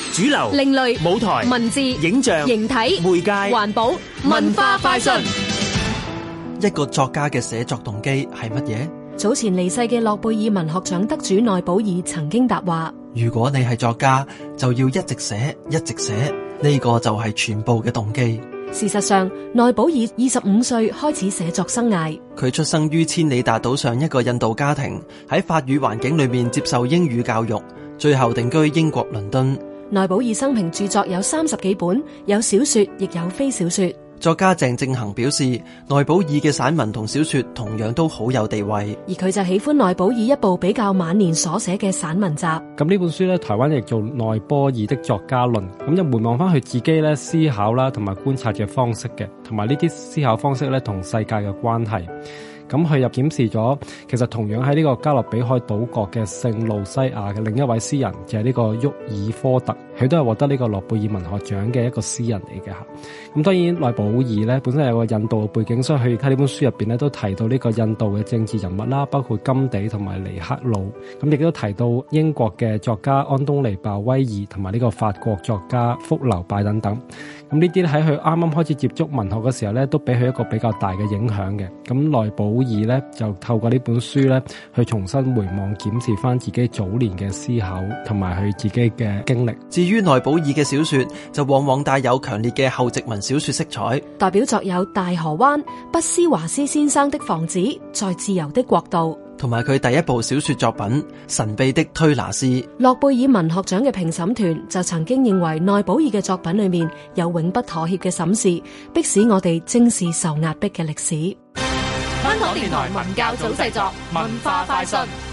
主流、 另類、 舞台、 文字、 影像、 形體、 媒介、 環保、文化快訊。 一個作家嘅寫作動機係乜嘢？ 早前離世嘅諾貝爾文學獎得主奈保爾曾經答話： 如果你係作家，就要一直寫，一直寫，呢個就係全部嘅動機。 事實上，奈保爾25歲開始寫作生涯。 佢出生於千里達島上一個印度家庭，喺法語環境裏面接受英語教育，最後定居英國倫敦。 奈保爾生平著作有30幾本，有小說，亦有非小說。 作家鄭正恒表示，奈保爾嘅散文同小說同樣都好有地位， 而佢就喜歡奈保爾一部比較晚年所寫嘅散文集。 咁呢本書咧，台灣亦做奈波爾的作家論，咁就回望翻佢自己咧思考啦，同埋觀察嘅方式嘅，同埋呢啲思考方式咧同世界嘅關係。咁佢又檢視咗，其實同樣喺呢個加勒比海島國嘅聖路西亞嘅另一位詩人，就係呢個沃爾科特，佢都係獲得呢個諾貝爾文學獎嘅一個詩人嚟嘅嚇。咁當然奈保爾咧本身有個印度嘅背景，所以佢喺呢本書入邊咧都提到呢個印度嘅政治人物啦，包括甘地同埋尼赫魯。咁亦都提到英國嘅作家安東尼鮑威爾同埋呢個法國作家福樓拜等等。咁呢啲喺佢啱啱開始接觸文學嘅時候咧，都俾佢一個比較大嘅影響嘅。咁奈保爾咧就透過呢本書咧，去重新回望檢視翻自己早年嘅思考同埋佢自己嘅經歷。 至於奈保爾嘅小說，就往往帶有強烈嘅後殖民小說色彩。 代表作有《大河灣》、畢斯華斯先生的房子、在自由的國度， 同埋佢第一部小說作品《神秘的推拿師》。 諾貝爾文學獎嘅評審團就曾經認為奈保爾嘅作品裏面有永不妥協嘅審視，迫使我哋正視受壓迫嘅歷史。 香港電台文教組製作，文化快訊。